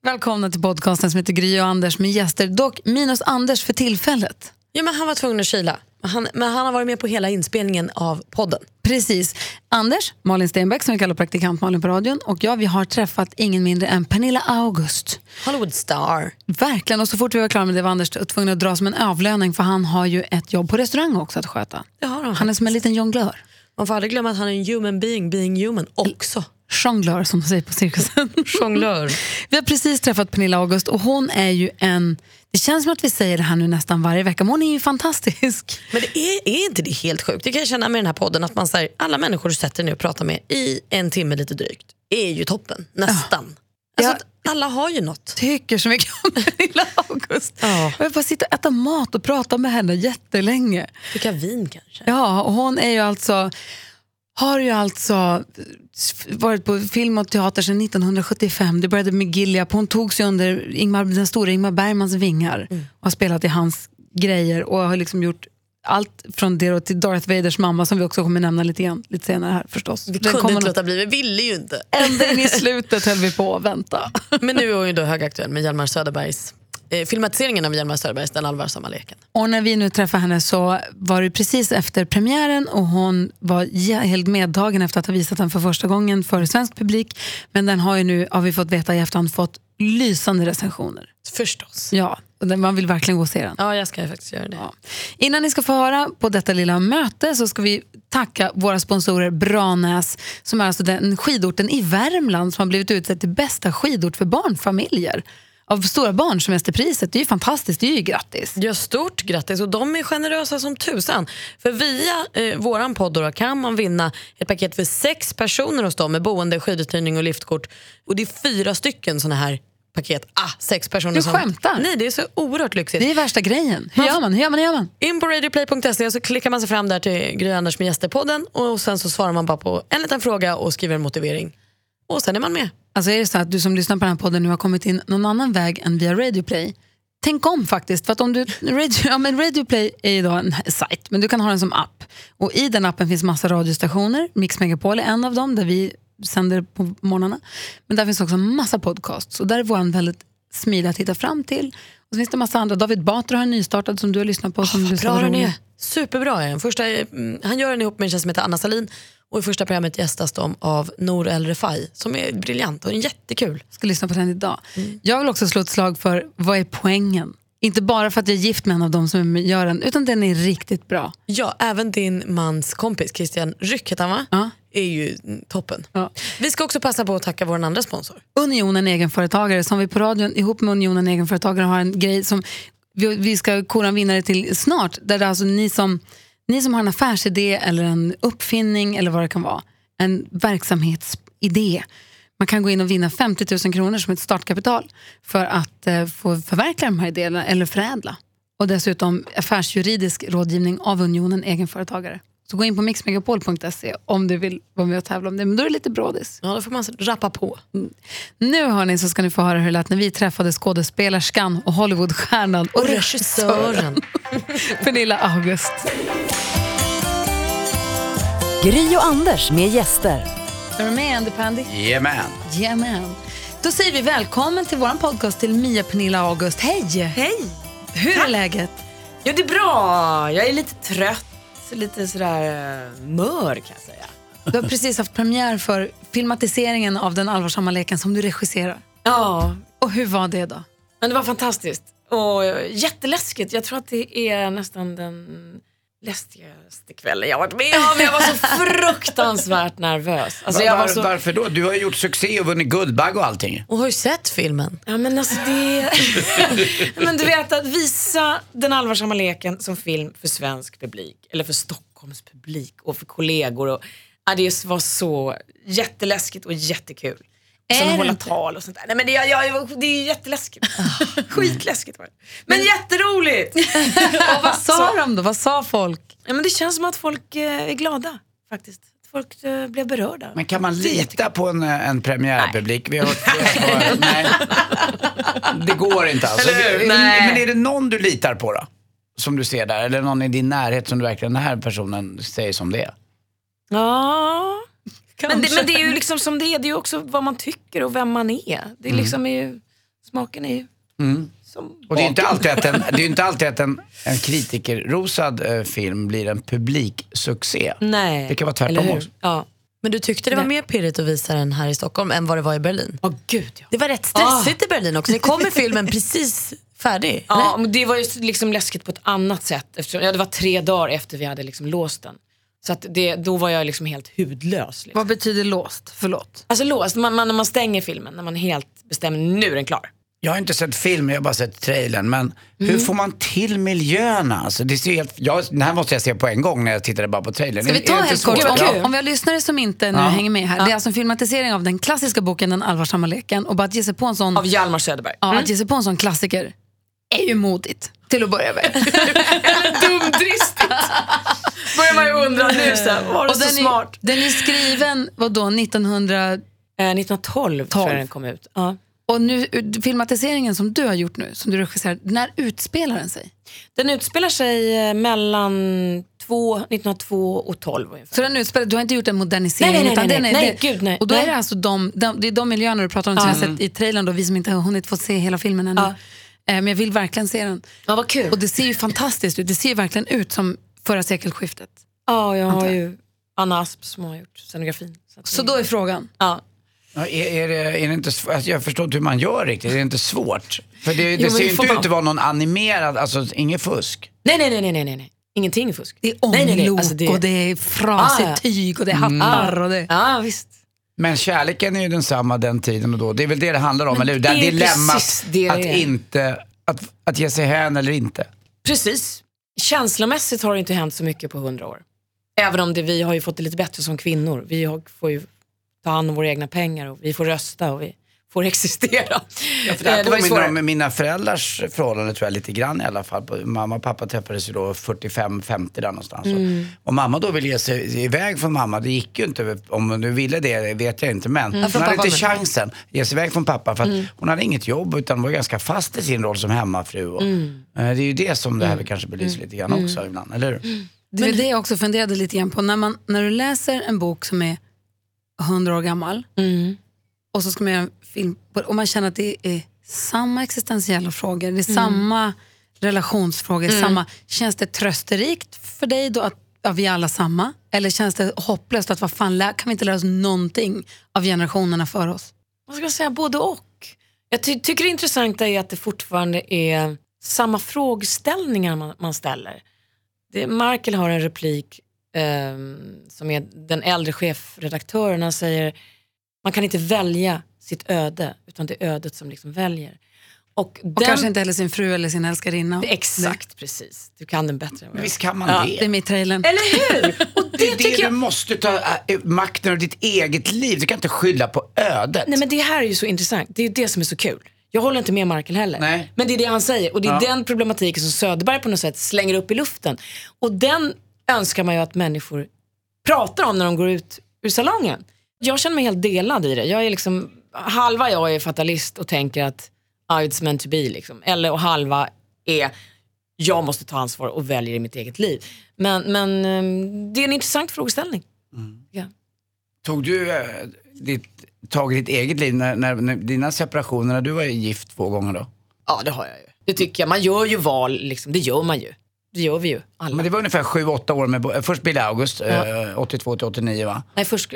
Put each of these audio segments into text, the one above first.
Välkomna till podcasten som heter Gry och Anders med gäster. Dock minus Anders för tillfället. Ja, men han var tvungen att kyla. Men han har varit med på hela inspelningen av podden. Precis. Anders, Malin Stenbeck som vi kallar praktikant Malin på radion. Och vi har träffat ingen mindre än Pernilla August. Hollywood star. Verkligen, och så fort vi var klara med det var Anders tvungen att dra som en avlöning. För han har ju ett jobb på restaurang också att sköta. Det har han. Han är som en liten jonglör. Man får aldrig glömma att han är en human being human också. Jonglör som man säger på cirkusen. Jonglör. Vi har precis träffat Pernilla August och hon är ju det känns som att vi säger det här nu nästan varje vecka, men hon är ju fantastisk. Men det är inte det helt sjukt? Det kan jag känna med den här podden, att man säger alla människor du sätter ner och pratar med i en timme lite drygt är ju toppen, nästan. Alltså att alla har ju något. Tycker så mycket om Pernilla August. Ja. Jag bara sitta och äta mat och prata med henne jättelänge. Dricka vin kanske. Ja, och hon är ju har ju varit på film och teater sedan 1975. Det började med Gilead. Hon tog sig under den stora Ingmar Bergmans vingar och har spelat i hans grejer och har liksom gjort allt från det till Darth Vaders mamma, som vi också kommer nämna lite senare här förstås. Vi kunde inte låta bli, vi ville ju inte. Ända in i slutet höll vi på att vänta. Men nu är hon ju då högaktuell med Hjalmar Söderbergs filmatiseringen av Hjalmar Söderbergs Den allvarsamma leken. Och när vi nu träffade henne så var det precis efter premiären och hon var helt medtagen efter att ha visat den för första gången för svensk publik. Men den har ju nu, har vi fått veta i efterhand, fått lysande recensioner. Förstås. Ja, och man vill verkligen gå och se den. Ja, jag ska faktiskt göra det. Ja. Innan ni ska få höra på detta lilla möte så ska vi tacka våra sponsorer Branäs, som är alltså den skidorten i Värmland som har blivit utsedd till bästa skidort för barnfamiljer. Av Stora barnsemesterpriset, det är ju fantastiskt, det är ju grattis. Ja, stort grattis, och de är generösa som tusan. För via våran podd då kan man vinna ett paket för 6 personer hos dem med boende, skiduthyrning och liftkort. Och det är 4 stycken såna här paket. 6 personer. Du skämtar? Nej, det är så oerhört lyxigt. Det är värsta grejen. Hur gör man? In på radioplay.se och så klickar man sig fram där till Gry Anders med gästerpodden. Och sen så svarar man bara på en liten fråga och skriver en motivering. Och sen är man med. Alltså är det så att du som lyssnar på den här podden nu har kommit in någon annan väg än via Radioplay, tänk om faktiskt. För att om du Radioplay är ju då en sajt, men du kan ha den som app. Och i den appen finns massa radiostationer. Mix Megapol är en av dem där vi sänder på morgnarna. Men där finns också massa podcasts. Och där är våran väldigt smidig att hitta fram till. Och så finns det massa andra. David Batra har en nystartad som du har lyssnat på. Som du bra den är. Superbra är den. Han gör den ihop med en tjej som heter Anna Salin. Och i första programmet gästas de av Nour El Refai, som är briljant och jättekul. Jag ska lyssna på den idag. Jag vill också slå ett slag för vad är poängen? Inte bara för att jag är gift med en av dem som gör den, utan den är riktigt bra. Ja, även din mans kompis Christian Ryck heter han, va? Ja. Är ju toppen. Ja. Vi ska också passa på att tacka vår andra sponsor. Unionen Egenföretagare, som vi på radion ihop med Unionen Egenföretagare har en grej som vi ska kora en vinnare till snart. Där det är alltså ni som har en affärsidé eller en uppfinning eller vad det kan vara, en verksamhetsidé. Man kan gå in och vinna 50 000 kronor som ett startkapital för att få förverkliga de här idéerna eller förädla. Och dessutom affärsjuridisk rådgivning av Unionen Egenföretagare. Så gå in på mixmegapol.se om du vill vara med och tävla om det. Men då är det lite brådis. Ja, då får man rappa på. Nu hörni, så ska ni få höra hur det lät när vi träffade skådespelerskan och Hollywoodstjärnan och regissören Pernilla August. Gry och Anders med gäster. Är du med, Andy Pandy? Jajamän. Då säger vi välkommen till våran podcast till Mia Pernilla August. Hej! Hej! Hur är läget? Ja, det är bra. Jag är lite trött. Lite sådär mör kan jag säga. Du har precis haft premiär för filmatiseringen av Den allvarsamma leken som du regisserar. Ja. Och hur var det då? Men det var fantastiskt. Och jätteläskigt. Jag tror att det är nästan den läskigaste kvällen jag varit med om. Jag var så fruktansvärt nervös. Alltså, Varför då? Du har ju gjort succé och vunnit Guldbagge och allting. Och har ju sett filmen. Ja, men alltså det... men du vet, att visa Den allvarsamma leken som film för svensk publik, eller för Stockholms publik och för kollegor. Och, ja, det var så jätteläskigt och jättekul. Som hålla tal och sånt där. Nej, men det är jätteläskigt. Skitläskigt var det. Men jätteroligt! Och vad sa de då? Vad sa folk? Ja, men det känns som att folk är glada faktiskt. Folk blev berörda. Men kan man lita på en premiärpublik? Vi har hört nej. Det går inte alltså. Men är det någon du litar på då? Som du ser där? Eller någon i din närhet som du verkligen, den här personen säger som det är? Ja... Men det är ju liksom som det är. Det är ju också vad man tycker och vem man är. Det är liksom är ju Smaken är ju som Och det är ju inte alltid att en kritikerrosad film blir en publiksuccé. Nej. Det kan vara tvärtom också. Ja. Men du tyckte det var mer pirrigt att visa den här i Stockholm än vad det var i Berlin? Gud, ja. Det var rätt stressigt i Berlin också. Ni kom med filmen precis färdig. Ja, men det var ju liksom läskigt på ett annat sätt. Eftersom, det var 3 dagar efter vi hade liksom låst den. Så att då var jag liksom helt hudlös. Liksom. Vad betyder låst? Förlåt. Alltså låst, när man stänger filmen, när man helt bestämmer, nu är den klar. Jag har inte sett filmen, jag har bara sett trailern. Men hur får man till miljöerna? Alltså, det ser helt, den här måste jag se på en gång när jag tittade bara på trailern. Ska vi ta helt kort? Ja. Om vi har lyssnare som inte nu hänger med här. Det är alltså en filmatisering av den klassiska boken Den allvarsamma leken. Och bara att ge sig på en sån... Av Hjalmar Söderberg. Ja, att ge sig på en sån klassiker är ju modigt. Till att börja med. Eller dumdristigt. Börjar man ju undra nu så var det så smart. Den är skriven, vadå, 1912 tror jag den kom ut. Ja. Och nu, filmatiseringen som du har gjort nu, som du regisserar, när utspelar den sig? Den utspelar sig mellan 1902 och 12 ungefär. Så den utspelar, du har inte gjort en modernisering? Nej. Och då är det alltså det är de miljöerna du pratar om som jag har sett i trailern då, vi som inte har hunnit få se hela filmen ännu. Men jag vill verkligen se den. Ja, vad kul. Och det ser ju fantastiskt ut, det ser ju verkligen ut som förra sekelskiftet. Ja, jag har ju Anna Asp som har gjort scenografin. Så då är frågan? Ja. Ja, är det inte alltså jag förstår inte hur man gör riktigt. Är det inte svårt? För det ser ju inte ut att vara någon animerad, alltså inget fusk. Nej. Ingenting är fusk. Det är ånglok alltså och det är frasigt tyg och det är hattar och det... Ja, visst. Men kärleken är ju densamma den tiden och då. Det är väl det handlar om, eller hur? Det är dilemmat att ge sig hän eller inte. Precis. Känslomässigt har det inte hänt så mycket på 100 år. Även om vi har ju fått det lite bättre som kvinnor. Vi får ju ta hand om våra egna pengar och vi får rösta och vi får existera. Ja, för det här påminner om mina föräldrars förhållande tror jag lite grann i alla fall. Mamma och pappa träffades ju då 45-50 där någonstans. Och mamma då ville ge sig iväg från mamma. Det gick ju inte, om du ville det vet jag inte. Men hon hade inte chansen att ge sig iväg från pappa för att hon hade inget jobb utan var ganska fast i sin roll som hemmafru. Och, det är ju det som det här kanske belyser lite grann också ibland, eller hur? Det är det jag också funderade lite grann på. När du läser en bok som är 100 år gammal och så ska man göra en film och man känner att det är samma existentiella frågor, det är samma relationsfrågor, känns det trösterikt för dig då att vi är alla samma? Eller känns det hopplöst att vad fan, kan vi inte lära oss någonting av generationerna för oss? Vad ska jag säga, både och. Jag tycker det intressanta är att det fortfarande är samma frågeställningar man ställer. Markel har en replik som är den äldre chefredaktören. Han säger man kan inte välja sitt öde utan det är ödet som liksom väljer. Och kanske inte heller sin fru eller sin älskarinna. Exakt, precis. Du kan den bättre. Men visst kan man det. Det är med i trailern. Eller hur? Och det tycker jag... Du måste ta makten av ditt eget liv. Du kan inte skylla på ödet. Nej, men det här är ju så intressant. Det är ju det som är så kul. Jag håller inte med Markel heller. Nej. Men det är det han säger. Och det är den problematiken som Söderberg på något sätt slänger upp i luften. Och den önskar man ju att människor pratar om när de går ut ur salongen. Jag känner mig helt delad i det. Jag är liksom, halva jag är fatalist och tänker att it's meant to be liksom. Eller och halva är jag måste ta ansvar och väljer i mitt eget liv. Men det är en intressant frågeställning. Ja. Tog du tag i ditt eget liv när dina separationer, när du var gift 2 gånger då? Ja, det har jag ju. Det tycker jag. Man gör ju val, liksom. Det gör man ju. Det gör vi ju, alla. Men det var ungefär 7-8 år med först Billy August, 82-89 va? Nej, först...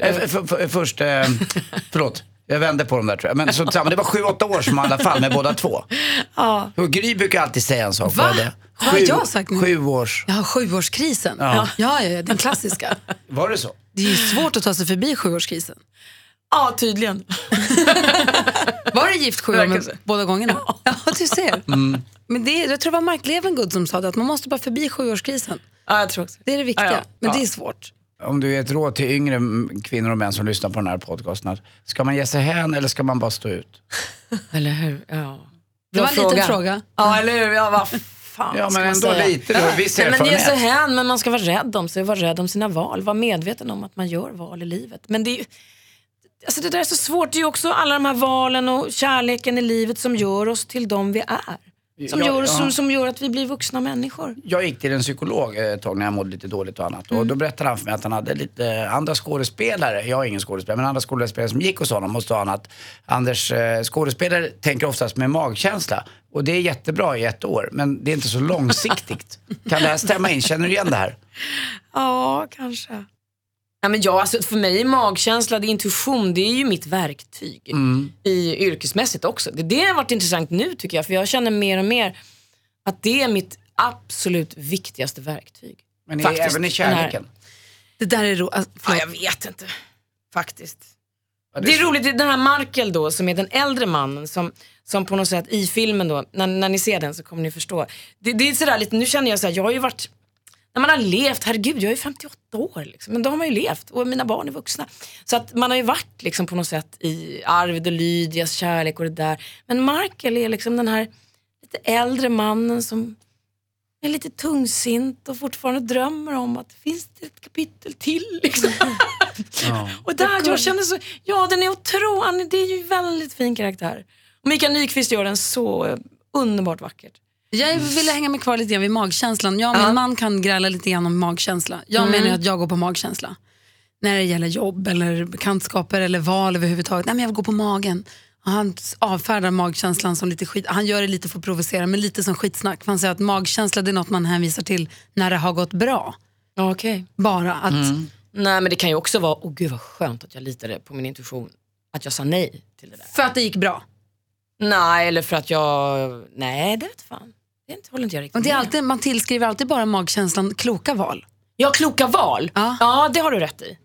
Förlåt, jag vände på dem där tror jag. Men det var 7-8 år som i alla fall med båda två. Ja. Och Gry brukar alltid säga en sak. Va? Vad har jag sagt nu? 7 års. Ja, 7-årskrisen. Ja, den klassiska. Var det så? Det är ju svårt att ta sig förbi 7-årskrisen. Ja, tydligen. Var det gift 7 år med båda gångerna? Ja, du ser. Men jag tror det var Mark Levengood som sa det, att man måste bara förbi 7-årskrisen. Ja, jag tror också. Det är det viktiga, men det är svårt. Om du är ett råd till yngre kvinnor och män som lyssnar på den här podcasten, ska man ge sig hän eller ska man bara stå ut? Eller hur? Ja. Det var en liten fråga. Ja, eller hur? Ja, vad fan ja, men ändå säga? lite. Då, viss erfarenhet. Men ge sig hän, men man ska vara rädd om sig. Vara rädd om sina val. Vara medveten om att man gör val i livet. Men det är ju... Alltså det där är så svårt. Det är ju också alla de här valen och kärleken i livet som gör oss till dem vi är. som gör att vi blir vuxna människor. Jag gick till en psykolog ett tag när jag mådde lite dåligt och annat. Och då berättade han för mig att han hade lite andra skådespelare. Jag är ingen skådespelare, men andra skådespelare som gick hos honom och sa att Anders, skådespelare tänker oftast med magkänsla. Och det är jättebra i 1 år, men det är inte så långsiktigt. Kan det här stämma in? Känner du igen det här? Ja, kanske. Ja, men alltså, för mig är magkänsla, det är intuition, det är ju mitt verktyg i yrkesmässigt också. Det har varit intressant nu tycker jag, för jag känner mer och mer att det är mitt absolut viktigaste verktyg. Men även i kärleken? Det där är jag vet inte, faktiskt. Ja, det är roligt, den här Markel då, som är den äldre mannen som på något sätt i filmen då, när ni ser den så kommer ni förstå. Det är sådär lite, nu känner jag så här, jag har ju varit, när man har levt, herregud, jag är 58 år liksom, men då har man ju levt och mina barn är vuxna. Så att man har ju varit liksom på något sätt i Arvid och Lydias kärlek och det där. Men Markel är liksom den här lite äldre mannen som är lite tungsint och fortfarande drömmer om att finns det ett kapitel till liksom. Ja. Och där jag känner så, den är otrolig, det är ju väldigt fin karaktär. Och Mikael Nyqvist gör den så underbart vackert. Jag ville hänga mig kvar lite grann vid magkänslan. Jag och min man kan gräla lite grann om magkänsla. Jag menar att jag går på magkänsla. När det gäller jobb eller bekantskaper eller val överhuvudtaget. Nej, men jag vill gå på magen. Och han avfärdar magkänslan som lite skit. Han gör det lite för att provocera, men lite som skitsnack. För han säger att magkänsla, det är något man hänvisar till när det har gått bra. Okej. Bara att... Nej, men det kan ju också vara, gud vad skönt att jag litade på min intuition. Att jag sa nej till det där. För att det gick bra? Nej, eller för att nej, det vet fan. Håller inte jag riktigt. Och det är alltid, man tillskriver alltid bara magkänslan kloka val. Ja, kloka val. Ja, det har du rätt i.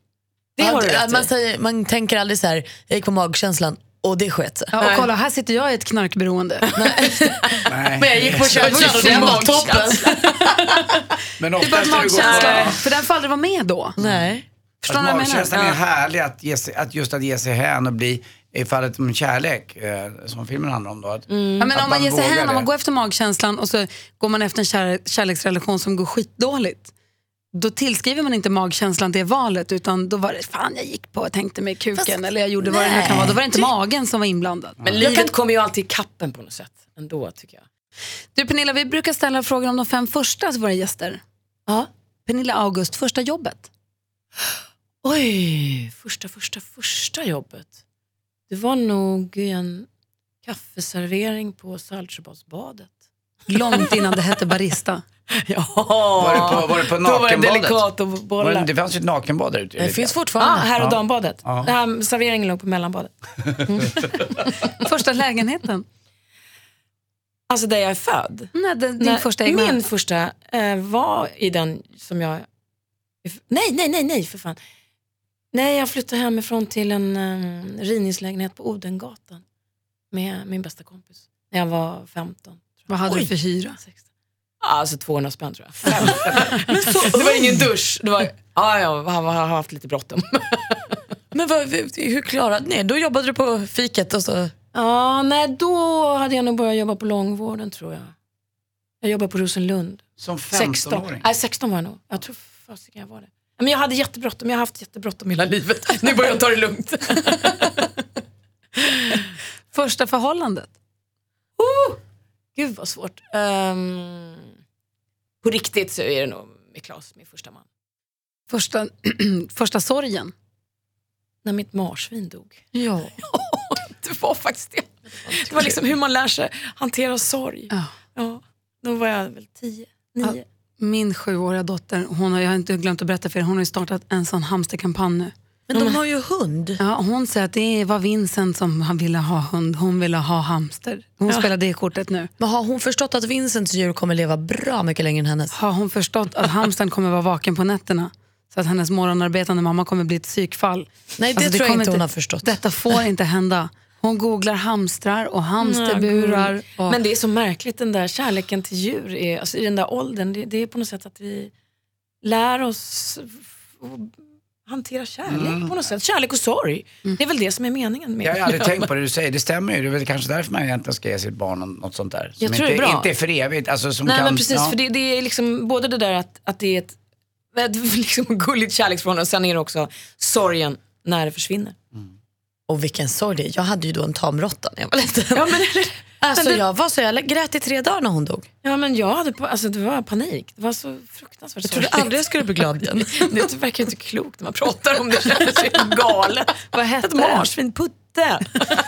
Man tänker aldrig så här, jag gick på magkänslan och det sket sig. Ja, och kolla, här sitter jag i ett knarkberoende. Nej. Men jag gick på känslan och det var toppen. Men det är bara magkänslan, för den får aldrig vara med då. Nej. Förstår du vad jag menar? Magkänslan är härlig att ge sig hän och bli i fallet om kärlek som filmen handlar om då. Ja, men om man ger sig hän, om man går efter magkänslan och så går man efter en kärleksrelation som går skitdåligt, då tillskriver man inte magkänslan det valet, utan då var det fan jag gick på och tänkte med kuken eller jag gjorde vad det nu kan vara. Då var det inte magen som var inblandad. Men livet kommer ju alltid i kappen på något sätt ändå, tycker jag. Du Pernilla, vi brukar ställa frågor om de 5 första till våra gäster. Ja. Pernilla August, första jobbet. Oj, första jobbet. Det var nog en kaffeservering på Saltsjöbadsbadet. Långt innan det hette barista. Ja. Var det på nakenbadet? Då var det delikat och bollar. Det fanns ju ett nakenbad där ute. Det finns fortfarande. Här och dambadet. Ja. Det här serveringen låg på mellanbadet. Första lägenheten? Alltså där jag är född. Nej, din första egna. Min första var i den som jag... Nej, för fan. Nej, jag flyttade hemifrån till en rivningslägenhet på Odengatan med min bästa kompis när jag var 15. Vad hade du för hyra? 16. Alltså 200 spänn tror jag. Men det var ingen dusch. Det var, jag har haft lite bråttom. Men hur klarade ni? Då jobbade du på fiket och så... Ja, nej, då hade jag nog börjat jobba på långvården tror jag. Jag jobbade på Rosenlund. Som 15-åring? Nej, 16 var jag nog. Jag tror fasiken jag var det. Men jag hade jättebråttom. Jag har haft jättebråttom hela livet. Nu börjar jag ta det lugnt. Första förhållandet? Gud vad svårt. På riktigt så är det nog med Claes, min första man. Första sorgen? När mitt marsvin dog. Ja. Det var faktiskt det. Det var liksom hur man lär sig hantera sorg. Ja. Då var jag väl 10, 9. Ja. Min 7-åriga dotter, jag har inte glömt att berätta för er, hon har ju startat en sån hamsterkampanj nu. Men de har ju hund. Ja, hon säger att det var Vincent som han ville ha hund. Hon ville ha hamster. Hon spelar det kortet nu. Men har hon förstått att Vincents djur kommer leva bra mycket längre än hennes? Har hon förstått att hamstern kommer vara vaken på nätterna? Så att hennes morgonarbetande mamma kommer bli ett psykfall? Nej, det tror jag inte hon har förstått. Detta får inte hända. Hon googlar hamstrar och hamsterburar. Och... Men det är så märkligt, den där kärleken till djur. Alltså, i den där åldern, det är på något sätt att vi lär oss hantera kärlek på något sätt. Kärlek och sorg. Det är väl det som är meningen med. Jag har aldrig tänkt på det du säger. Det stämmer ju. Det är väl kanske därför man egentligen ska ge sitt barn något sånt där. Som jag tror det är bra. Inte är för evigt. Alltså, som nej, kan, men precis. För det är liksom både det där att det är ett liksom gulligt kärleksförhållande och sen är det också sorgen när det försvinner. Och vilken sorg det är. Jag hade ju då en tamrotta när jag var liten. Ja, men Alltså jag grät i 3 dagar när hon dog. Ja, men jag hade det var panik. Det var så fruktansvärt. Jag trodde aldrig jag skulle bli glad igen. Det verkar inte klokt när man pratar om det. Känns så galet. Vad hette ett marsvin Putte.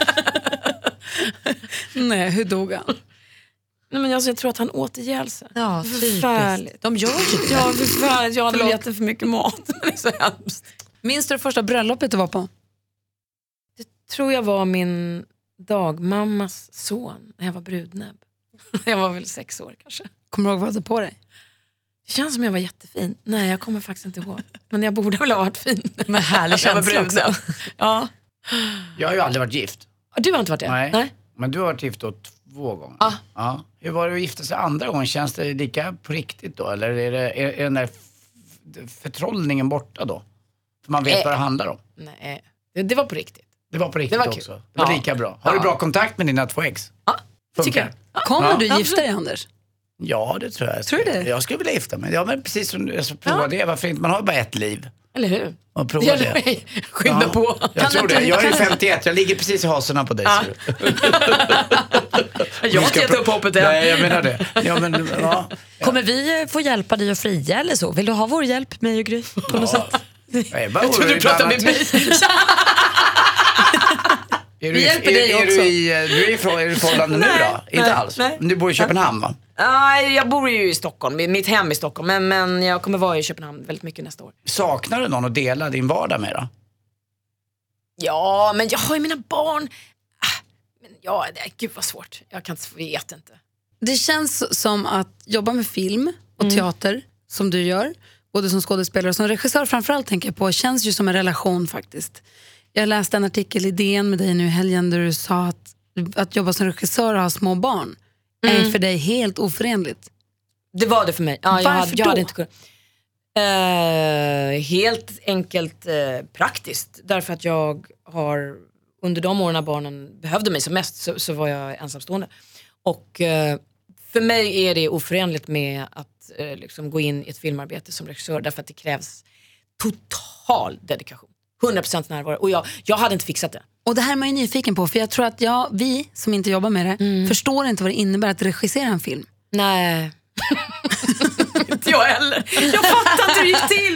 Nej, hur dog han? Nej, men jag tror att han åt ihjäl sig. Ja, förfärligt. De gör ju det. Ja, förfärligt. Jag hade gett för mycket mat. Det är så hemskt. Minns du det första bröllopet du var på? Det tror jag var min dagmammas son när jag var brudnäbb. Jag var väl 6 år kanske. Kommer du ihåg vad du hade på dig? Det känns som jag var jättefin. Nej, jag kommer faktiskt inte ihåg. Men jag borde väl ha varit fin. Men härlig känsla också. Ja. Jag har ju aldrig varit gift. Du har inte varit det? Nej. Men du har varit gift då 2 gånger. Ja. Hur var det att gifta sig andra gången? Känns det lika på riktigt då? Eller är den där förtrollningen borta då? För man vet vad det handlar om. Nej, det var på riktigt. Det var på riktigt det var också. Det var lika bra. Har du bra kontakt med dina 2 ex? Ja, tycker jag. Ja. Kommer du gifta dig, Anders? Ja, det tror jag. Tror du det? Jag skulle vilja gifta mig. Ja, men precis som jag ska prova det. Varför inte? Man har bara ett liv. Eller hur? Och prova det. Skynda på. Jag tror det. Jag är 51. Jag ligger precis i hasorna på dig. Jag har inte gett upp hoppet än. Nej, jag menar det. Ja, men, Kommer vi få hjälpa dig att fria eller så? Vill du ha vår hjälp, mig och Gry? På något sätt? Jag tror du pratar med mig. Vi hjälper dig också. Du är i förhållande nu då? Inte alls? Nej. Men du bor i Köpenhamn, va? Nej, jag bor ju i Stockholm. Mitt hem i Stockholm. Men jag kommer vara i Köpenhamn väldigt mycket nästa år. Saknar du någon att dela din vardag med då? Ja, men jag har ju mina barn. Gud vad svårt. Vet inte. Det känns som att jobba med film och teater som du gör, både som skådespelare och som regissör framförallt, tänker jag på, känns ju som en relation faktiskt. Jag läste en artikel i DN med dig nu i helgen där du sa att jobba som regissör och ha små barn är för dig helt oförenligt. Det var det för mig. Ja, jag hade inte kunnat. Helt enkelt praktiskt. Därför att jag har under de åren när barnen behövde mig som mest så var jag ensamstående. Och för mig är det oförenligt med att liksom gå in i ett filmarbete som regissör, därför att det krävs total dedikation. 100% närvaro. Och jag hade inte fixat det. Och det här är man ju nyfiken på, för jag tror att vi som inte jobbar med det förstår inte vad det innebär att regissera en film. Nej. Inte jag heller. Jag fattar inte hur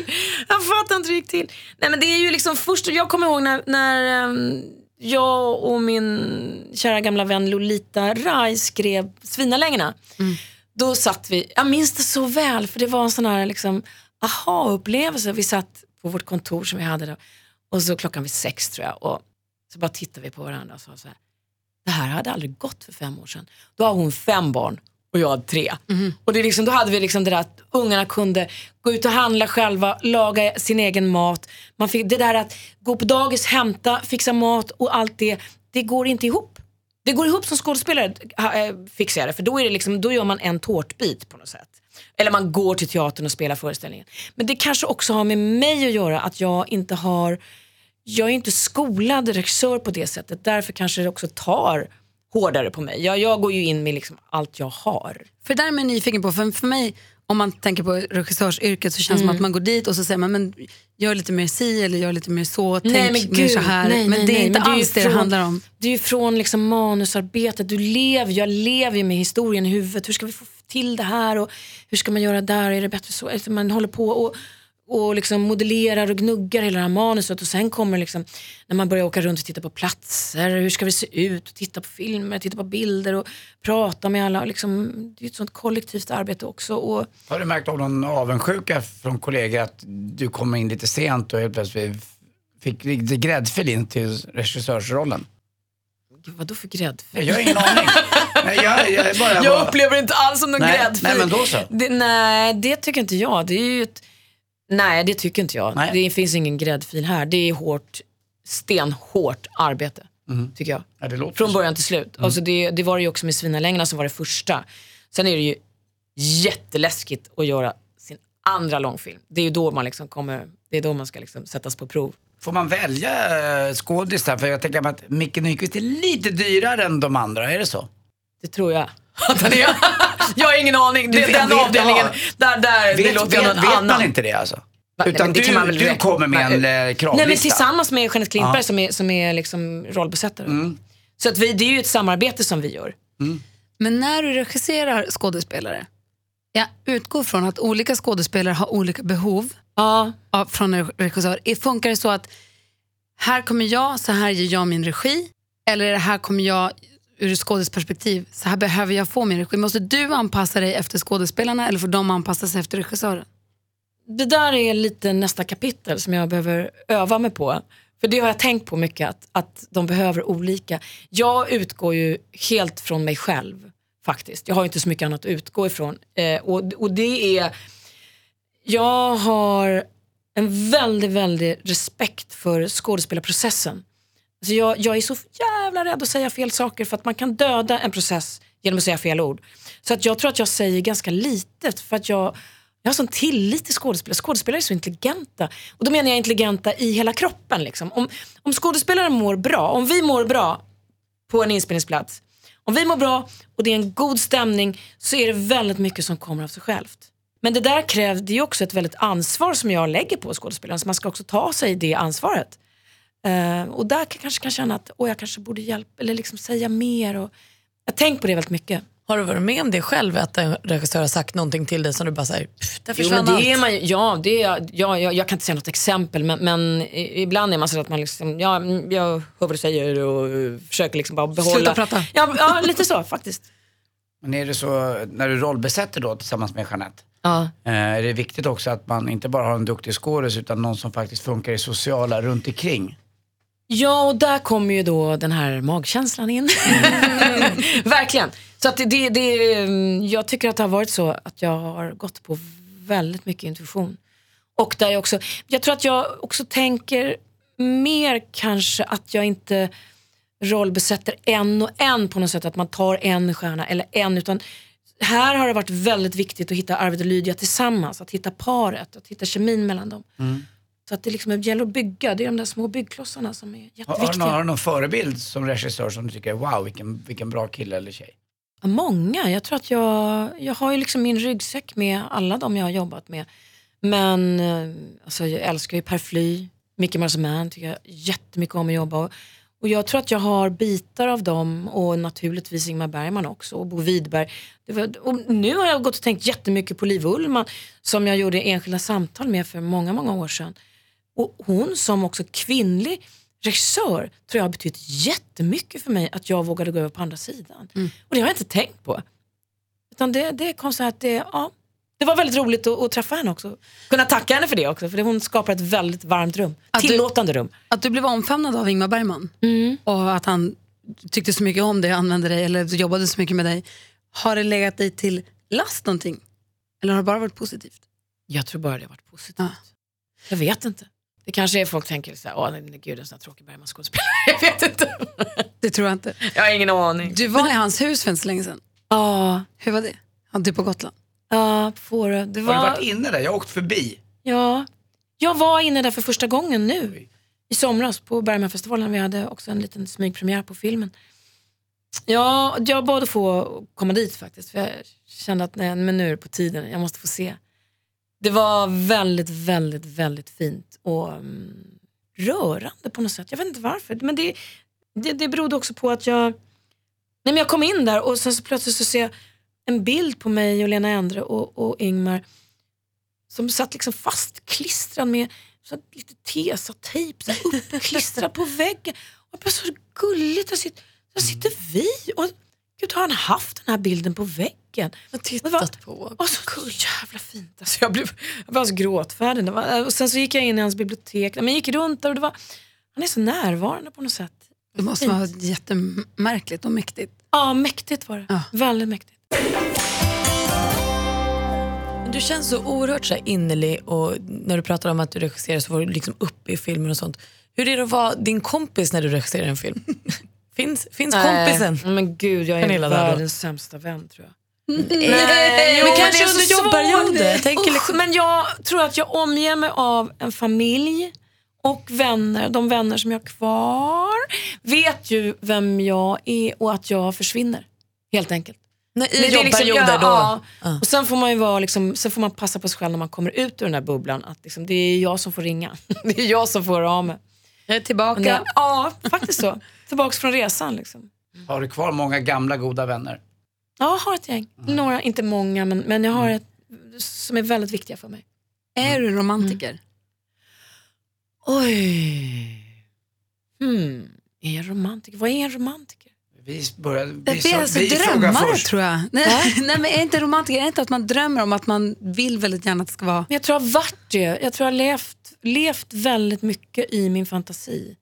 det gick till. Nej, men det är ju liksom först, jag kommer ihåg när jag och min kära gamla vän Lolita Rai skrev Svinalängorna. Då satt vi, jag minns det så väl, för det var en sån här liksom aha-upplevelse. Vi satt på vårt kontor som vi hade då, och så klockan vid 6 tror jag, och så bara tittade vi på varandra och sa så här: det här hade aldrig gått för 5 år sedan. Då har hon 5 barn och jag hade 3. Och det är liksom, då hade vi liksom det där att ungarna kunde gå ut och handla själva, laga sin egen mat. Man fick det där att gå på dagis, hämta, fixa mat och allt det går inte ihop. Det går ihop som skådespelare, fixar jag det, för då är det liksom, då gör man en tårtbit på något sätt. Eller man går till teatern och spelar föreställningen. Men det kanske också har med mig att göra att jag är inte skolad regissör på det sättet. Därför kanske det också tar hårdare på mig. Jag går ju in med liksom allt jag har. För där är man nyfiken på, för mig, om man tänker på regissörsyrket, så känns det som att man går dit och så säger man, men gör lite mer si eller gör lite mer så, tänk mer så här. Men det är inte alls det handlar om. Det är ju från liksom manusarbetet. Jag lever ju med historien i huvudet. Hur ska vi få till det här och hur ska man göra där? Är det bättre så? Alltså man håller på och liksom modellerar och gnuggar hela det här manuset, och sen kommer liksom, när man börjar åka runt och titta på platser, hur ska det se ut, och titta på filmer, titta på bilder och prata med alla, liksom, det är ett sånt kollektivt arbete också. Och har du märkt av någon avundsjuka från kollegor att du kommer in lite sent och helt plötsligt fick lite gräddfil in till regissörsrollen? Gud, vadå för gräddfil? Jag har ingen aning. Nej, jag upplever inte alls som någon gräddfil. Nej, men då så. Det tycker inte jag. Det är ju nej, det tycker inte jag. Det finns ingen gräddfil här. Det är stenhårt arbete, tycker jag. Ja, det låter från början till slut. Alltså det var det ju också med Svinalängorna som var det första. Sen är det ju jätteläskigt att göra sin andra långfilm. Det är ju då man liksom det är då man ska liksom sättas på prov. Får man välja skådisar? För jag tänker mig att Micke Nyqvist är lite dyrare än de andra, är det så? Det tror jag. Jag har ingen aning. Den avdelningen där det låter någon annan. Vet man inte det alltså? Utan du kommer med en kravlista. Nej, men tillsammans med Jeanette Klintberg som är liksom rollbesättare. Så att det är ju ett samarbete som vi gör. Men när du regisserar skådespelare, jag utgår från att olika skådespelare har olika behov från en regissör. Funkar det så att här kommer jag, så här ger jag min regi, eller är det här kommer jag ur skådesperspektiv, så här behöver jag få min regi? Måste du anpassa dig efter skådespelarna eller får de anpassa sig efter regissören? Det där är lite nästa kapitel som jag behöver öva mig på. För det har jag tänkt på mycket, att de behöver olika. Jag utgår ju helt från mig själv faktiskt. Jag har inte så mycket annat att utgå ifrån. Och det är... Jag har en väldigt, väldigt respekt för skådespelarprocessen. Alltså jag är så jävla rädd att säga fel saker för att man kan döda en process genom att säga fel ord. Så att jag tror att jag säger ganska litet för att jag har sån tillit till skådespelare. Skådespelare är så intelligenta. Och då menar jag intelligenta i hela kroppen. Liksom. Om skådespelare mår bra, om vi mår bra på en inspelningsplats, om vi mår bra och det är en god stämning, så är det väldigt mycket som kommer av sig självt. Men det där krävde ju också ett väldigt ansvar som jag lägger på skådespelaren. Så man ska också ta sig det ansvaret. Och där kanske kan känna att jag kanske borde hjälpa eller liksom säga mer. Och jag tänker på det väldigt mycket. Har du varit med om det själv, att en regissör har sagt någonting till dig som du bara säger, där försvann allt? Jag kan inte säga något exempel, men ibland är man så att man liksom, jag hör vad du säger och försöker liksom bara behålla. Sluta prata. Ja, lite så faktiskt. Men är det så, när du rollbesätter då tillsammans med Jeanette, är det viktigt också att man inte bara har en duktig skådis utan någon som faktiskt funkar i sociala runt omkring? Ja, och där kommer ju då den här magkänslan in. Verkligen. Så att jag tycker att det har varit så att jag har gått på väldigt mycket intuition. Och där jag tror att jag också tänker mer kanske att jag inte rollbesätter en och en på något sätt, att man tar en stjärna eller en, utan här har det varit väldigt viktigt att hitta Arvid och Lydia tillsammans, att hitta paret, att hitta kemin mellan dem. Så att det liksom gäller att bygga, det är de där små byggklossarna som är jätteviktiga. Har du någon förebild som regissör som du tycker, wow, vilken bra kille eller tjej? Många, jag tror att jag har ju liksom min ryggsäck med alla de jag har jobbat med. Men alltså, jag älskar ju Per Fly, Mickey Marseman tycker jag jättemycket om att jobba. Och jag tror att jag har bitar av dem, och naturligtvis Ingmar Bergman också, och Bo Widberg. Och nu har jag gått och tänkt jättemycket på Liv Ullmann som jag gjorde enskilda samtal med för många, många år sedan. Och hon som också kvinnlig regissör tror jag har betytt jättemycket för mig, att jag vågade gå över på andra sidan. Och det har jag inte tänkt på. Utan det kom så här att det var väldigt roligt att träffa henne också. Kunna tacka henne för det också, för hon skapar ett väldigt varmt rum. Tillåtande rum. Att du blev omfamnad av Ingmar Bergman och att han tyckte så mycket om dig, använde dig eller jobbade så mycket med dig. Har det legat dig till last någonting? Eller har det bara varit positivt? Jag tror bara det har varit positivt. Jag vet inte. Det kanske är folk tänker så här, gud, en sån här tråkig Bergman-skådespelare. Jag vet inte. Det tror jag inte. Jag har ingen aning. Du var i hans hus för en så länge sedan. Ja. Hur var det? Han typ på Gotland. Ja, på det. Har du varit inne där? Jag har åkt förbi. Ja, jag var inne där för första gången nu. I somras på Bergmanfestivalen. Vi hade också en liten smygpremiär på filmen. Ja, jag bad att få komma dit faktiskt. För jag kände att men nu är det på tiden. Jag måste få se. Det var väldigt, väldigt, väldigt fint. Och rörande på något sätt. Jag vet inte varför. Men det berodde också på att jag kom in där och sen så plötsligt så ser jag en bild på mig och Lena Endre och Ingmar som satt liksom fastklistrad med så lite tesa-tejp uppklistrad på väggen. Och det var så gulligt. Där sitter vi. Och gud, har han haft den här bilden på väggen? Jag tittat på. Och så jävla fint. Alltså, jag var så gråtfärdig. Och sen så gick jag in i hans bibliotek. Men jag gick runt där och han är så närvarande på något sätt. Det måste vara jättemärkligt och mäktigt. Ja, mäktigt var det. Ja. Väldigt mäktigt. Du känns så oerhört så här innerlig, och när du pratar om att du regisserar så var du liksom uppe i filmen och sånt. Hur är det att vara din kompis när du regisserar en film? Finns kompisen? Men gud, jag är världens sämsta vän tror jag. Nej, men kanske under jobbarjobb. Men jag tror att jag omger mig av en familj och vänner. De vänner som jag har kvar vet ju vem jag är och att jag försvinner. Helt enkelt. I jobbarjobb då. Och sen får man ju vara liksom, sen får man passa på sig själv när man kommer ut ur den här bubblan att liksom, det är jag som får ringa. Det är jag som får av mig. Jag är tillbaka. Ja, faktiskt så. Tillbaks från resan liksom. Har du kvar många gamla goda vänner? Ja, jag har ett gäng. Några, inte många, men jag har ett som är väldigt viktiga för mig. Är du romantiker? Oj. Är jag romantiker? Vad är en romantiker? Vi är drömmare först. Tror jag. Nej, men är inte romantiker, är det inte att man drömmer om att man vill väldigt gärna att det ska vara? Men jag tror jag har varit det. Jag tror jag har levt väldigt mycket i min fantasi.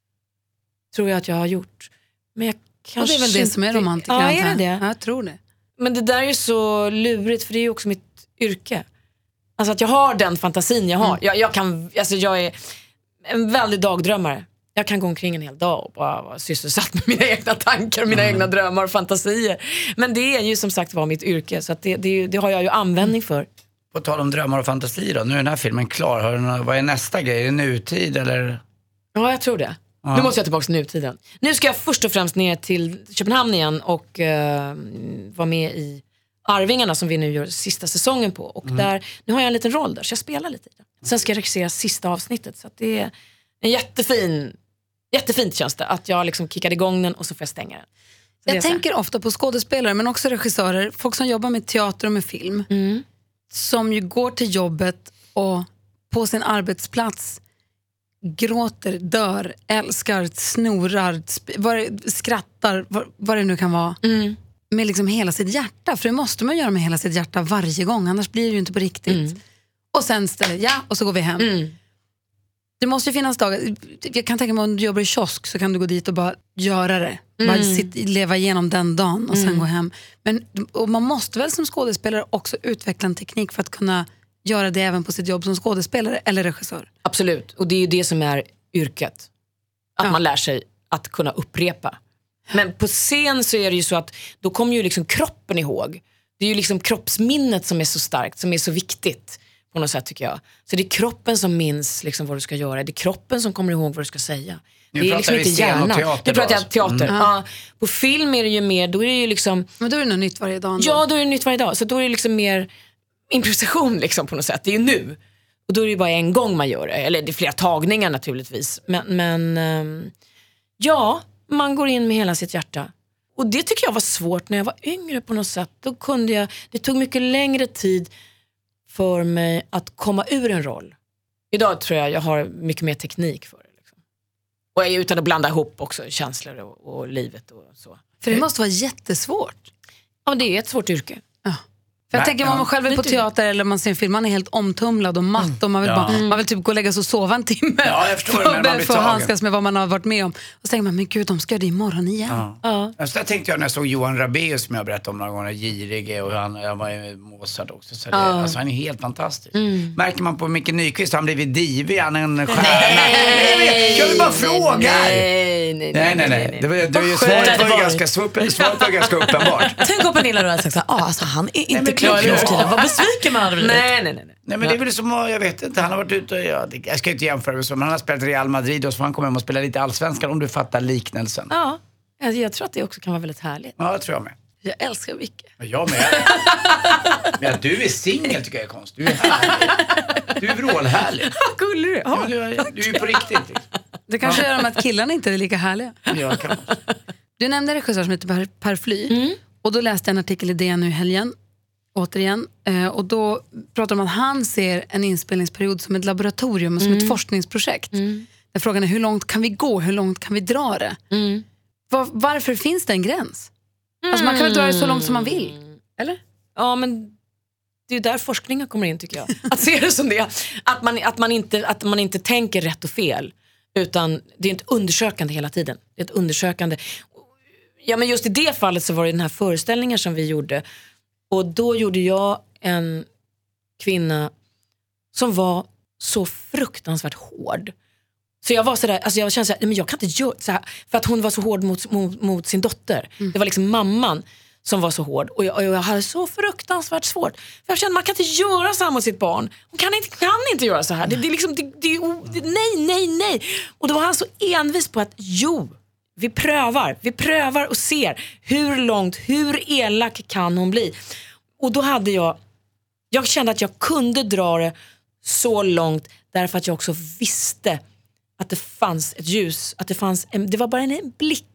Tror jag att jag har gjort. Men jag kanske och det är väl det som är romantiker? Ja, är det? Ja, jag tror det. Men det där är så lurigt, för det är ju också mitt yrke. Alltså att jag har den fantasin jag har. Jag är en väldigt dagdrömmare. Jag kan gå omkring en hel dag och bara vara sysselsatt med mina egna tankar och mina egna drömmar och fantasier. Men det är ju som sagt var mitt yrke, så att det har jag ju användning för. På tal om drömmar och fantasi då, nu är den här filmen klar. Vad är nästa grej? Är det nutid eller? Ja, jag tror det. Ja. Nu måste jag tillbaka till nutiden. Nu ska jag först och främst ner till Köpenhamn igen och vara med i Arvingarna som vi nu gör sista säsongen på. Och där, nu har jag en liten roll där, så jag spelar lite i den. Sen ska jag regissera sista avsnittet, så att det är en jättefint känns det att jag liksom kickade igång den och så får jag stänga den. Så jag tänker ofta på skådespelare men också regissörer, folk som jobbar med teater och med film, som ju går till jobbet och på sin arbetsplats gråter, dör, älskar, snorar, skrattar, vad det nu kan vara, med liksom hela sitt hjärta, för det måste man göra med hela sitt hjärta varje gång, annars blir det ju inte på riktigt. Och sen och så går vi hem. Det måste ju finnas dagar, jag kan tänka mig om du jobbar i kiosk så kan du gå dit och bara göra det. Bara leva igenom den dagen och sen gå hem. Och man måste väl som skådespelare också utveckla en teknik för att kunna göra det även på sitt jobb som skådespelare eller regissör. Absolut, och det är ju det som är yrket. Att man lär sig att kunna upprepa. Men på scen så är det ju så att då kommer ju liksom kroppen ihåg. Det är ju liksom kroppsminnet som är så starkt, som är så viktigt på något sätt tycker jag. Så det är kroppen som minns liksom vad du ska göra. Det är kroppen som kommer ihåg vad du ska säga. Nu det är liksom inte hjärnan. Nu pratar jag teater. Ja, på film är det ju mer, då är det ju liksom... Men då är det något nytt varje dag ändå. Ja, då är det nytt varje dag. Så då är det liksom mer improvisation liksom på något sätt. Det är ju nu. Och då är det ju bara en gång man gör det. Eller det är flera tagningar naturligtvis. Men ja, man går in med hela sitt hjärta. Och det tycker jag var svårt när jag var yngre på något sätt. Då kunde jag, det tog mycket längre tid för mig att komma ur en roll. Idag tror jag har mycket mer teknik för det. Liksom. Och utan att blanda ihop också känslor och livet och så. För det måste vara jättesvårt. Ja, det är ett svårt yrke. Ja. För jag tänker om man själv är på teater eller man ser en film, man är helt omtumlad och matt och man vill typ gå och lägga sig och sova en timme för att handskas med vad man har varit med om. Och så tänker man, men gud, de ska göra det imorgon igen. Ja. Alltså, där tänkte jag när jag såg Johan Rabaeus som jag berättade om några gånger, girig och jag var ju Mozart också. Så alltså, han är helt fantastisk. Märker man på Micke Nyqvist, han blivit divig, han är en stjärna. Jag vill bara fråga. Nej. Svaret var ganska uppenbart. Tänk om Pernilla då hade sagt alltså han är inte klar i årstiden. Vad besviken man hade blivit. Nej. Nej, men det är väl som, jag vet inte, han har varit ute jag ska inte jämföra med så, men han har spelat Real Madrid och så får han komma hem och spela lite allsvenskan, om du fattar liknelsen. Ja, jag tror att det också kan vara väldigt härligt. Ja, det tror jag med. Jag älskar Micke. Jag med. Men att du är singel tycker jag är konstigt. Du är härlig. Du är vrålhärlig. Vad gullig du är. Ja, du är ju på riktigt. Det kanske gör med att killarna inte är lika härliga. Ja, kan man. Du nämnde en regissör som heter Per Fly. Och då läste jag en artikel i DN nu i helgen. Återigen. Och då pratar de om att han ser en inspelningsperiod som ett laboratorium, som ett forskningsprojekt. Där frågan är, hur långt kan vi gå? Hur långt kan vi dra det? Varför finns det en gräns? Alltså man kan väl dra det så långt som man vill? Eller? Ja, men det är ju där forskningen kommer in tycker jag. Att se det som det. Att man inte tänker rätt och fel. Utan det är inte undersökande hela tiden. Det är ett undersökande. Ja, men just i det fallet så var det den här föreställningen som vi gjorde. Och då gjorde jag en kvinna som var så fruktansvärt hård. Så jag var sådär, alltså jag kände såhär, men jag kan inte göra så här, för att hon var så hård mot sin dotter. Det var liksom mamman som var så hård. Och jag hade så fruktansvärt svårt. För jag kände, man kan inte göra så här mot sitt barn. Hon kan inte göra så här. Det är liksom, nej. Och då var han så envis på att, vi prövar och ser hur elak kan hon bli. Och då hade jag kände att jag kunde dra det så långt därför att jag också visste att det fanns ett ljus, att det var bara en blick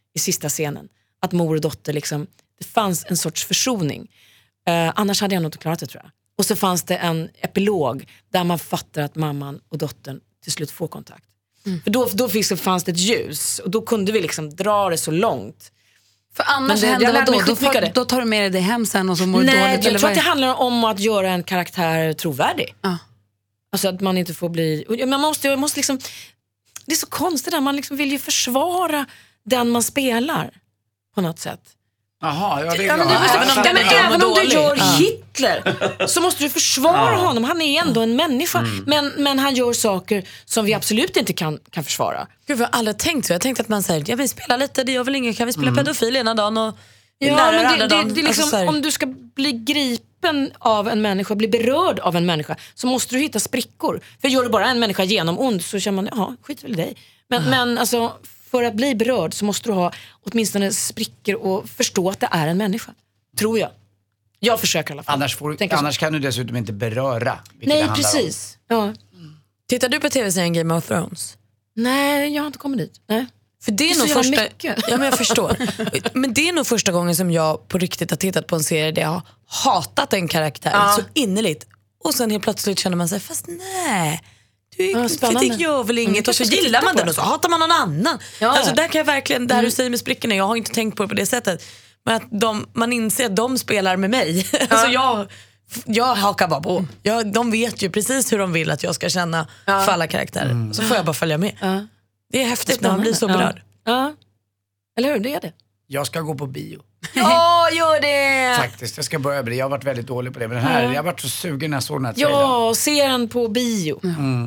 i sista scenen. Att mor och dotter liksom, det fanns en sorts försoning. Annars hade jag nog inte klarat det, tror jag. Och så fanns det en epilog där man fattar att mamman och dottern till slut får kontakt. För då fanns det ett ljus och då kunde vi liksom dra det så långt. För annars händer vad då tar du med dig det hem sen och så mår du dåligt. Jag tror att det handlar om att göra en karaktär trovärdig. Alltså att man inte får bli... Man måste liksom, det är så konstigt där, man liksom vill ju försvara den man spelar på något sätt. Jaha, ja, det men även om du gör Hitler så måste du försvara honom. Han är ändå en människa. Men han gör saker som vi absolut inte kan försvara. Gud, vad alla tänkt så. Jag tänkte att man säger, jag vill spela lite, det gör väl ingen. Kan vi spela pedofil ena dagen och men det är liksom, alltså, om du ska bli gripen av en människa, bli berörd av en människa, så måste du hitta sprickor. För gör du bara en människa genom ond så känner man, ja, skit väl i dig. Men alltså, för att bli berörd så måste du ha åtminstone sprickor och förstå att det är en människa. Tror jag. Jag försöker i alla fall. Annars kan du dessutom inte beröra. Nej, precis. Ja. Tittar du på tv-serien Game of Thrones? Nej, jag har inte kommit dit. Nej. För det är nog första... Ja, men jag förstår. Men det är nog första gången som jag på riktigt har tittat på en serie där jag har hatat en karaktär så innerligt. Och sen helt plötsligt känner man sig, fast nej... För det gör väl inget. Och så gillar man den och så hatar man någon annan. Alltså där kan jag verkligen, det här du säger med sprickorna, jag har inte tänkt på det på det sättet. Men att man inser att de spelar med mig. Alltså jag hakar bara på. De vet ju precis hur de vill att jag ska känna för alla karaktärer. Så får jag bara följa med. Det är häftigt när man blir så berörd. Eller hur, det är det. Jag ska gå på bio. Gör det! Faktiskt, jag ska börja med det. Jag har varit väldigt dålig på det. Men jag har varit så sugen när jag såg den här trailern. Ja, ser den på bio.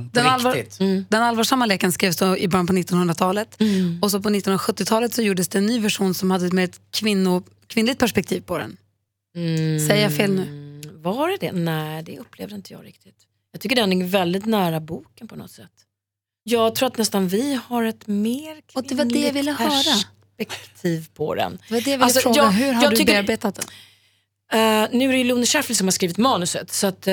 Den allvarsamma leken skrevs då i början på 1900-talet. Och så på 1970-talet så gjordes det en ny version som hade med ett kvinnligt perspektiv på den. Säger jag fel nu? Var det? Nej, det upplevde inte jag riktigt. Jag tycker den är väldigt nära boken på något sätt. Jag tror att nästan vi har ett mer och det var det jag ville höra. Perspektiv på den. Det var det jag ville fråga. Hur har du bearbetat den? Nu är det ju Lone Scherfel som har skrivit manuset. Så att,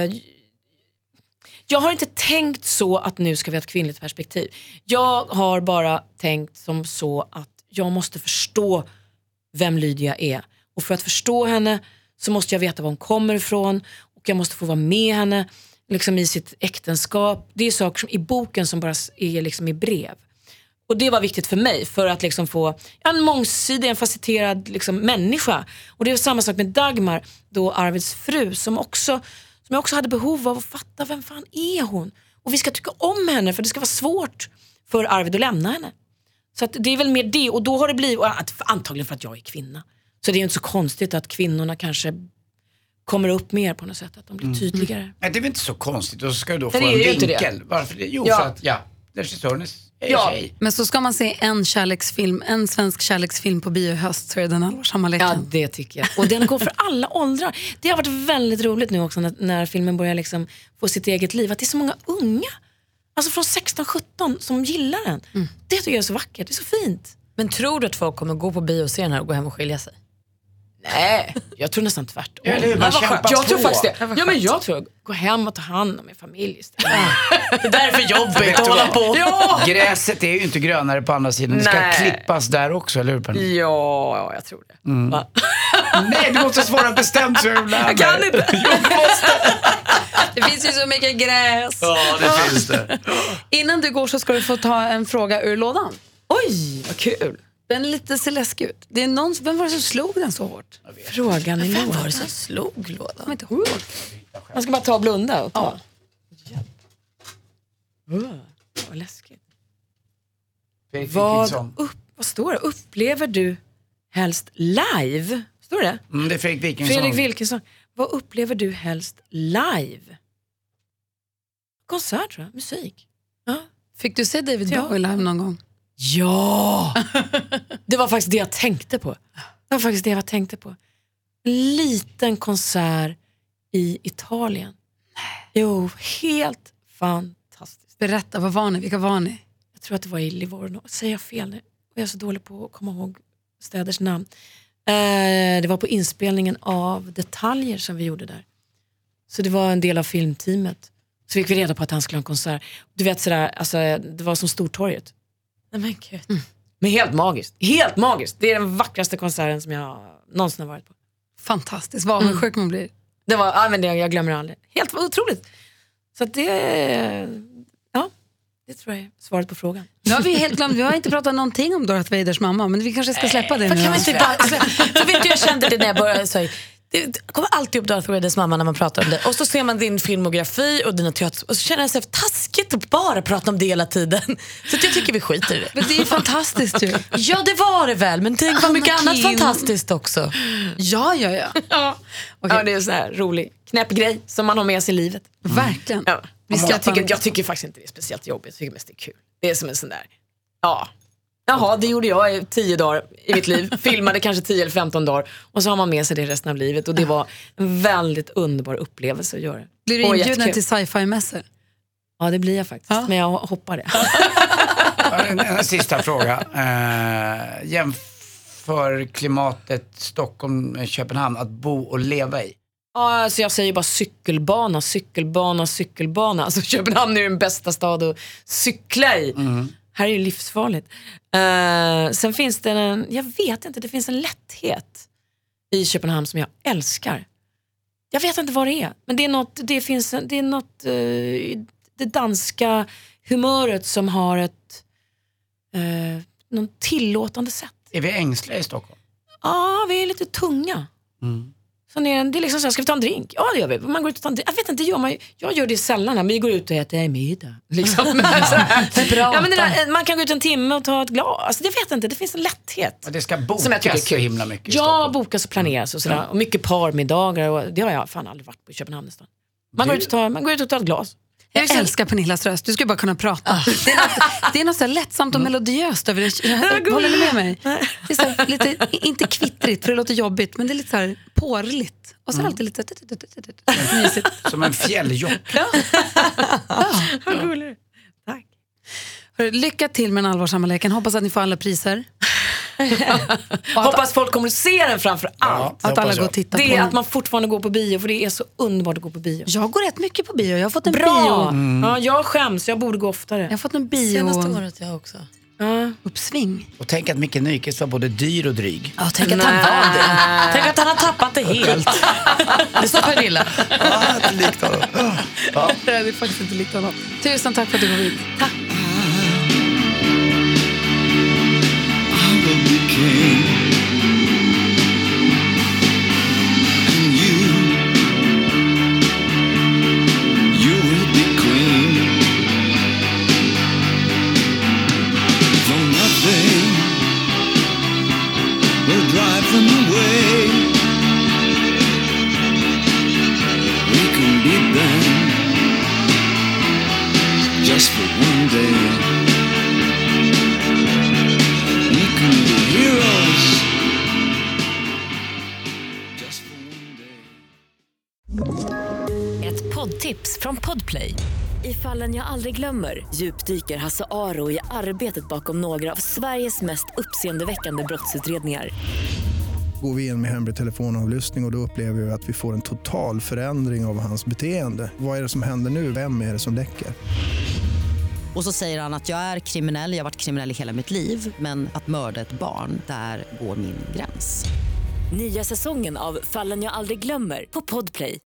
jag har inte tänkt så att nu ska vi ha ett kvinnligt perspektiv. Jag har bara tänkt som så att jag måste förstå vem Lydia är. Och för att förstå henne så måste jag veta var hon kommer ifrån. Och jag måste få vara med henne liksom i sitt äktenskap. Det är saker som i boken som bara är liksom i brev. Och det var viktigt för mig för att liksom få en mångsidig, en facetterad liksom människa. Och det är samma sak med Dagmar, då Arvids fru, som jag också hade behov av att fatta, vem fan är hon? Och vi ska tycka om henne, för det ska vara svårt för Arvid att lämna henne. Så att det är väl mer det, och då har det blivit, antagligen för att jag är kvinna. Så det är inte så konstigt att kvinnorna kanske kommer upp mer på något sätt, att de blir tydligare. Nej, det är väl inte så konstigt, och så ska du då få en vinkel. Varför det? Jo, för att, regissören är men så ska man se en svensk kärleksfilm på bio i höst, så är det Den allvarsamma leken. Ja, det tycker jag. Och den går för alla åldrar. Det har varit väldigt roligt nu också när filmen börjar liksom få sitt eget liv. Att det är så många unga, alltså från 16-17, som gillar den. Det tycker jag är så vackert, det är så fint. Men tror du att folk kommer gå på bio och se den här och gå hem och skilja sig? Nej, jag tror nästan tvärtom. Jag tror faktiskt det. Ja, men jag tror gå hem och ta hand om min familj istället. Det där är för jobbigt att hålla på. Ja. Gräset är ju inte grönare på andra sidan. Det ska klippas där också, eller hur? Ja, jag tror det. Nej, du måste svara bestämt så jag kan inte. Det finns ju så mycket gräs. Ja, det finns det. Innan du går så ska du få ta en fråga ur lådan. Oj, vad kul. Den lite ser läskig ut. Det är vem var det som slog den så hårt? Frågan är vem var det som slog lådan? Jag inte ihåg. Man ska bara ta och blunda och ta. Vad läskigt. Vad står det? Upplever du helst live? Står det? Det är Fredrik Wikingsson. Vad upplever du helst live? Konsert, tror jag. Musik. Ja. Fick du se David Bowie live någon gång? Ja! Det var faktiskt det jag tänkte på. En liten konsert i Italien. Jo, helt fantastiskt. Berätta, vad var ni? Vilka var ni? Jag tror att det var i Livorno. Säger jag fel nu? Jag är så dålig på att komma ihåg städers namn. Det var på inspelningen av Detaljer som vi gjorde där. Så det var en del av filmteamet. Så fick vi reda på att han skulle ha en konsert. Du vet sådär, alltså, det var som Stortorget. Men helt magiskt. Helt magiskt. Det är den vackraste konserten som jag någonsin har varit på. Fantastiskt. Vad avundsjuk man blir. Det var, men jag glömmer aldrig. Helt otroligt. Så att det tror jag är svaret på frågan. Nu har vi helt glömt, vi har inte pratat någonting om Darth Vaders mamma, men vi kanske ska släppa det nu. Kan vi inte bara, för vet du, jag kände det när jag började säga. Det kommer alltid upp Darth Vaders mamma när man pratar om det. Och så ser man din filmografi och dina teater. Och så känner jag sig taskigt att bara prata om det hela tiden. Så jag tycker vi skiter i det. Men det är fantastiskt ju. Ja, det var det väl. Men tänk vad mycket annat fantastiskt också. Ja. Okay. Ja, det är så här rolig knäpp grej som man har med sig i livet. Verkligen. Ja. Jag tycker faktiskt inte det är speciellt jobbigt. Jag tycker mest det är kul. Det är som en sån där. Jaha, det gjorde jag i 10 dagar i mitt liv. Filmade kanske 10 eller 15 dagar. Och så har man med sig det resten av livet. Och det var en väldigt underbar upplevelse att göra. Blir du inbjuden till sci-fi-mässor? Ja, det blir jag faktiskt. Ja. Men jag hoppar det. En sista fråga. Jämför klimatet Stockholm, Köpenhamn att bo och leva i. Ja, alltså jag säger bara cykelbana. Alltså Köpenhamn är den bästa stad att cykla i. Här är ju livsfarligt. Sen finns det det finns en lätthet i Köpenhamn som jag älskar. Jag vet inte vad det är, men det är något det danska humöret som har ett någon tillåtande sätt. Är vi ängsliga i Stockholm? Ja, vi är lite tunga. Så det är liksom så här, ska vi ta en drink? Ja, det gör vi. Man går ut och tar en drink. Jag vet inte, jag gör det sällan, men vi går ut och äter middag. Liksom. Man kan gå ut en timme och ta ett glas. Alltså, jag vet inte, det finns en lätthet. Och det ska bokas så himla mycket i Stockholm. Ja, bokas och planeras och sådär. Och mycket parmiddagar. Och det har jag fan aldrig varit på i Köpenhamn nästan. Man går ut och tar ett glas. Jag älskar Pernillas röst. Du ska bara kunna prata. Det är något så här lättsamt och melodiöst över det. Håller ni med mig? Det är så här, lite, inte kvittrigt för det låter jobbigt, men det är lite så här porrligt. Och så alltid lite mysigt. Som en fjälljock. Vad gulligt. Tack. Lycka till med den allvarsamma leken. Hoppas att ni får alla priser. Hoppas folk kommer att se den framför allt. Att alla går och tittar det på är den. att man fortfarande går på bio, för det är så underbart att gå på bio. Jag går rätt mycket på bio. Jag har fått en Bra. bio. Ja, jag skäms, jag borde gå oftare. Jag har fått en bio. Senaste året jag också. Uppsving. Och tänk att Micke Nyqvist var både dyr och dryg. Ja, tänk att han var det. Tänk att han har tappat det helt. Det står Pernilla. Ja, det likt honom. Ja. Det är faktiskt inte likt honom. Tusen tack för att du var hit. Tack. Just for one day, we can be heroes. Just for one day. Ett poddtips från Podplay. I Fallen jag aldrig glömmer djupdyker Hasse Aro i arbetet bakom några av Sveriges mest uppseendeväckande brottsutredningar. Går vi in med hemlig telefonavlyssning och då upplever vi att vi får en total förändring av hans beteende. Vad är det som händer nu? Vem är det som läcker? Och så säger han att jag är kriminell, jag har varit kriminell i hela mitt liv. Men att mörda ett barn, där går min gräns. Nya säsongen av Fallen jag aldrig glömmer på Podplay.